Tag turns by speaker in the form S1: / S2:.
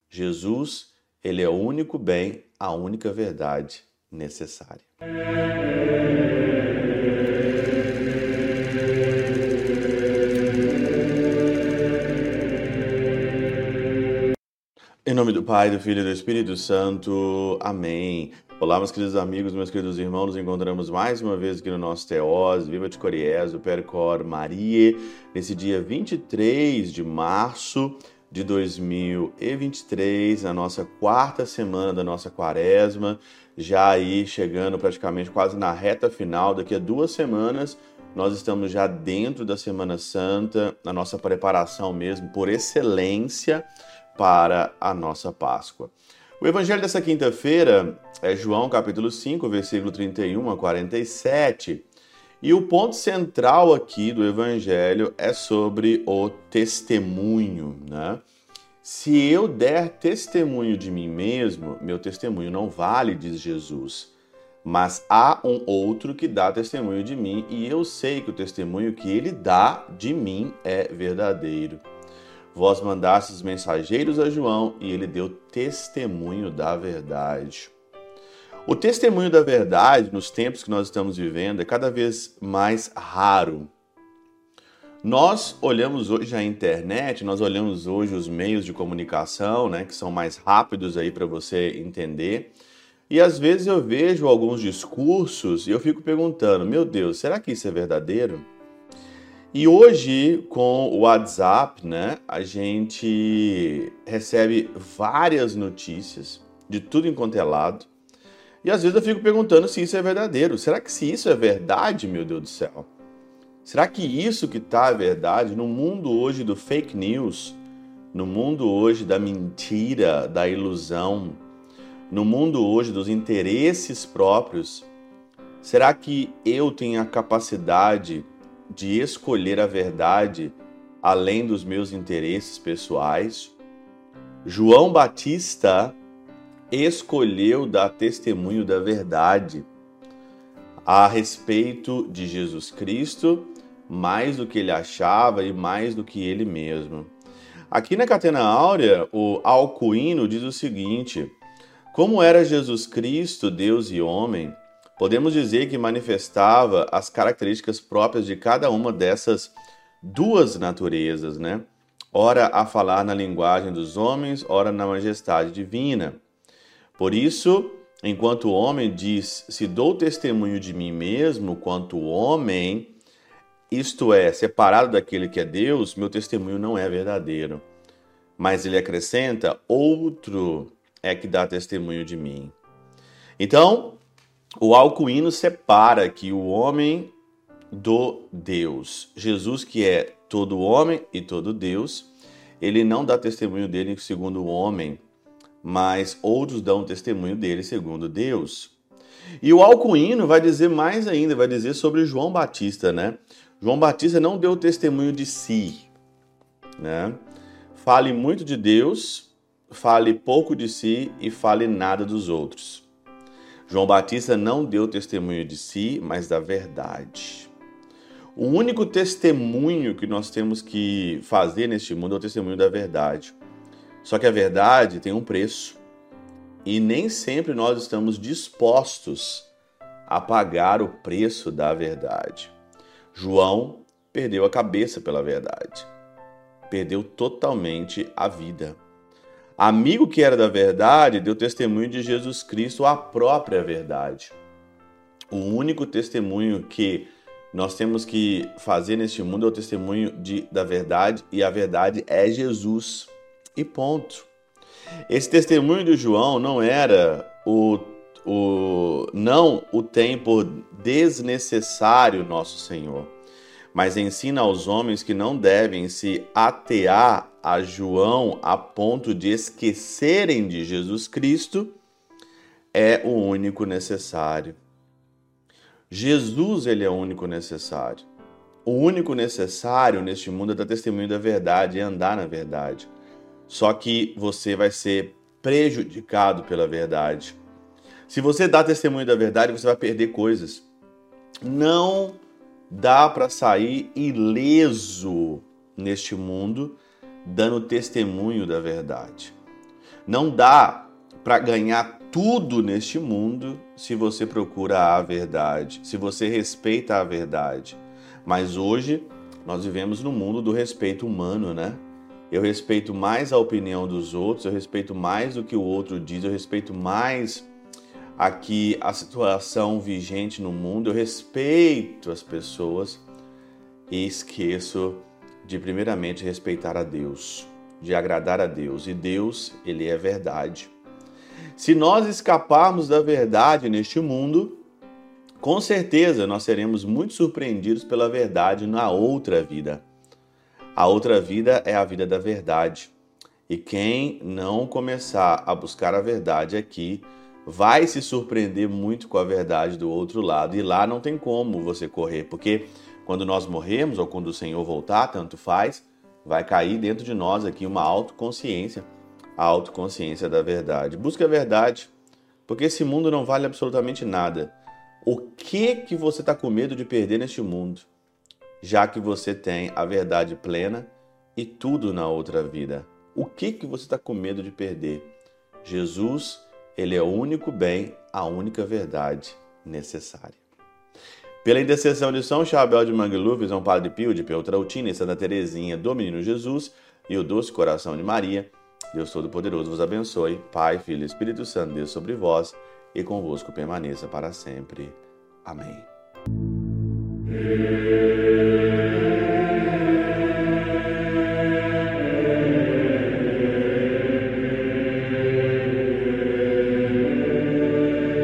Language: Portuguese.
S1: Jesus, ele é o único bem, a única verdade necessária. Em nome do Pai, do Filho e do Espírito Santo. Amém. Olá, meus queridos amigos, meus queridos irmãos. Nos encontramos mais uma vez aqui no nosso Teós, Viva de Coriés, o Percor Maria, nesse dia 23 de março de 2023, na nossa quarta semana da nossa quaresma, já aí chegando praticamente quase na reta final. Daqui a 2 semanas, nós estamos já dentro da Semana Santa, na nossa preparação mesmo, por excelência, para a nossa Páscoa. O evangelho dessa quinta-feira é João capítulo 5, versículo 31 a 47. E o ponto central aqui do evangelho é sobre o testemunho, né? Se eu der testemunho de mim mesmo, meu testemunho não vale, diz Jesus. Mas há um outro que dá testemunho de mim e eu sei que o testemunho que ele dá de mim é verdadeiro. Vós mandastes mensageiros a João e ele deu testemunho da verdade. O testemunho da verdade, nos tempos que nós estamos vivendo, é cada vez mais raro. Nós olhamos hoje a internet, nós olhamos hoje os meios de comunicação, né, que são mais rápidos aí para você entender. E às vezes eu vejo alguns discursos e eu fico perguntando, meu Deus, será que isso é verdadeiro? E hoje, com o WhatsApp, né, a gente recebe várias notícias de tudo enquanto é lado. E às vezes eu fico perguntando se isso é verdadeiro. Será que se isso é verdade, meu Deus do céu? Será que isso que está é verdade no mundo hoje do fake news, no mundo hoje da mentira, da ilusão, no mundo hoje dos interesses próprios? Será que eu tenho a capacidade de escolher a verdade além dos meus interesses pessoais? João Batista escolheu dar testemunho da verdade a respeito de Jesus Cristo, mais do que ele achava e mais do que ele mesmo. Aqui na Catena Áurea, o Alcuino diz o seguinte: como era Jesus Cristo, Deus e homem, podemos dizer que manifestava as características próprias de cada uma dessas duas naturezas, né? Ora a falar na linguagem dos homens, ora na majestade divina. Por isso, enquanto o homem diz, se dou testemunho de mim mesmo, quanto homem, isto é, separado daquele que é Deus, meu testemunho não é verdadeiro. Mas ele acrescenta, outro é que dá testemunho de mim. Então, o Alcuino separa aqui o homem do Deus. Jesus, que é todo homem e todo Deus, ele não dá testemunho dele segundo o homem, mas outros dão testemunho dele segundo Deus. E o Alcuino vai dizer mais ainda, vai dizer sobre João Batista, né? João Batista não deu testemunho de si, né? Fale muito de Deus, fale pouco de si e fale nada dos outros. João Batista não deu testemunho de si, mas da verdade. O único testemunho que nós temos que fazer neste mundo é o testemunho da verdade. Só que a verdade tem um preço. E nem sempre nós estamos dispostos a pagar o preço da verdade. João perdeu a cabeça pela verdade. Perdeu totalmente a vida. Amigo que era da verdade deu testemunho de Jesus Cristo, a própria verdade. O único testemunho que nós temos que fazer neste mundo é o testemunho da verdade, e a verdade é Jesus. E ponto. Esse testemunho de João não era não o tem por desnecessário nosso Senhor, mas ensina aos homens que não devem se atear a João a ponto de esquecerem de Jesus Cristo, é o único necessário. Jesus, ele é o único necessário. O único necessário neste mundo é dar testemunho da verdade e andar na verdade. Só que você vai ser prejudicado pela verdade. Se você dá testemunho da verdade, você vai perder coisas. Não dá para sair ileso neste mundo dando testemunho da verdade. Não dá para ganhar tudo neste mundo se você procura a verdade, se você respeita a verdade. Mas hoje nós vivemos no mundo do respeito humano, né? Eu respeito mais a opinião dos outros, eu respeito mais o que o outro diz, eu respeito mais aqui a situação vigente no mundo, eu respeito as pessoas e esqueço de primeiramente respeitar a Deus, de agradar a Deus. E Deus, Ele é verdade. Se nós escaparmos da verdade neste mundo, com certeza nós seremos muito surpreendidos pela verdade na outra vida. A outra vida é a vida da verdade. E quem não começar a buscar a verdade aqui, vai se surpreender muito com a verdade do outro lado. E lá não tem como você correr, porque quando nós morrermos ou quando o Senhor voltar, tanto faz, vai cair dentro de nós aqui uma autoconsciência, a autoconsciência da verdade. Busque a verdade, porque esse mundo não vale absolutamente nada. O que você está com medo de perder neste mundo, já que você tem a verdade plena e tudo na outra vida? O que você está com medo de perder? Jesus, Ele é o único bem, a única verdade necessária. Pela intercessão de São Chabel de Mangluf, São Padre Pio de Peltrautina e Santa Teresinha do Menino Jesus e o doce coração de Maria, Deus Todo-Poderoso vos abençoe, Pai, Filho e Espírito Santo, Deus sobre vós e convosco permaneça para sempre. Amém.